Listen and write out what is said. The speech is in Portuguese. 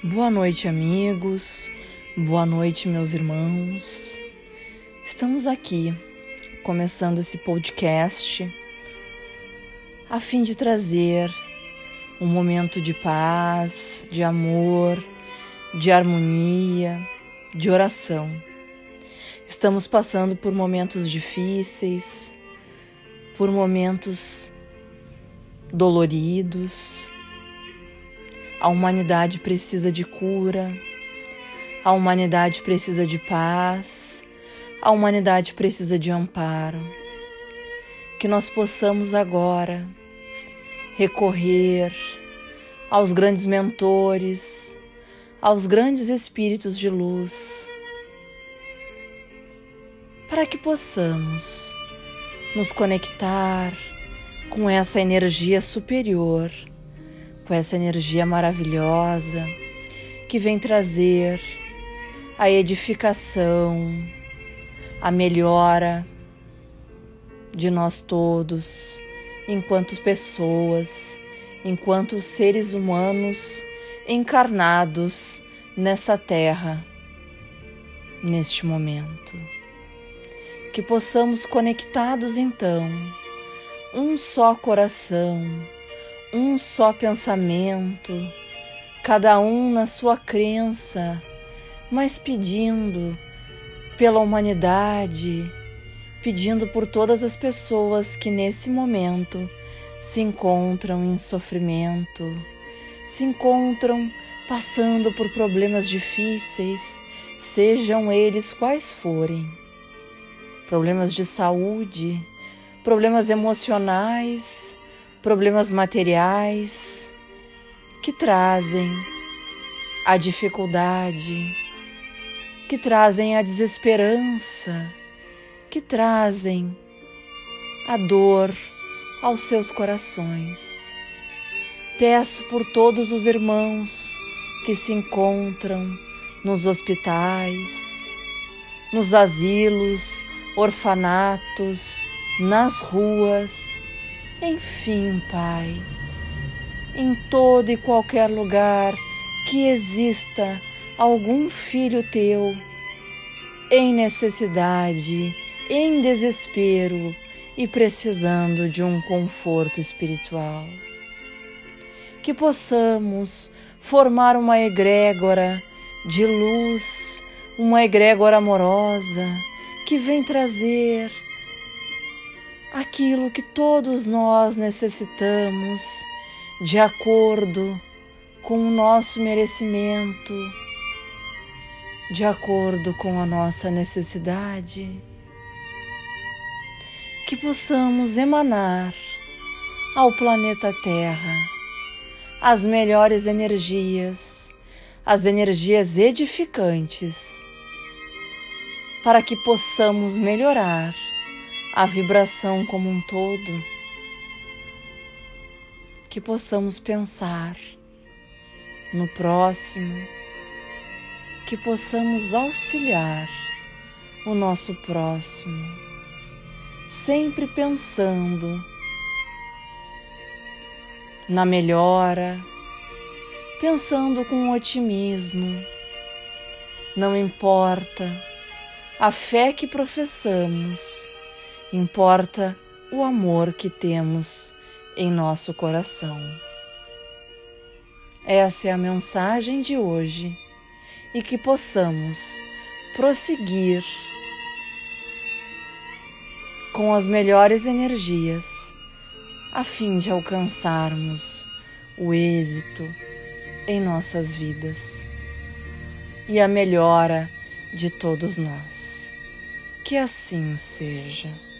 Boa noite, amigos. Boa noite, meus irmãos. Estamos aqui, começando esse podcast, a fim de trazer um momento de paz, de amor, de harmonia, de oração. Estamos passando por momentos difíceis, por momentos doloridos. A humanidade precisa de cura, a humanidade precisa de paz, a humanidade precisa de amparo. Que nós possamos agora recorrer aos grandes mentores, aos grandes espíritos de luz, para que possamos nos conectar com essa energia superior, com essa energia maravilhosa que vem trazer a edificação, a melhora de nós todos, enquanto pessoas, enquanto seres humanos encarnados nessa terra, neste momento. Que possamos conectados então, um só coração, um só pensamento, cada um na sua crença, mas pedindo pela humanidade, pedindo por todas as pessoas que nesse momento se encontram em sofrimento, se encontram passando por problemas difíceis, sejam eles quais forem, problemas de saúde, problemas emocionais, problemas materiais que trazem a dificuldade, que trazem a desesperança, que trazem a dor aos seus corações. Peço por todos os irmãos que se encontram nos hospitais, nos asilos, orfanatos, nas ruas, enfim, Pai, em todo e qualquer lugar que exista algum filho Teu em necessidade, em desespero e precisando de um conforto espiritual. Que possamos formar uma egrégora de luz, uma egrégora amorosa que vem trazer aquilo que todos nós necessitamos, de acordo com o nosso merecimento, de acordo com a nossa necessidade. Que possamos emanar ao planeta Terra as melhores energias, as energias edificantes, para que possamos melhorar a vibração como um todo, que possamos pensar no próximo, que possamos auxiliar o nosso próximo, sempre pensando na melhora, pensando com otimismo. Não importa a fé que professamos, importa o amor que temos em nosso coração. Essa é a mensagem de hoje e que possamos prosseguir com as melhores energias a fim de alcançarmos o êxito em nossas vidas e a melhora de todos nós. Que assim seja.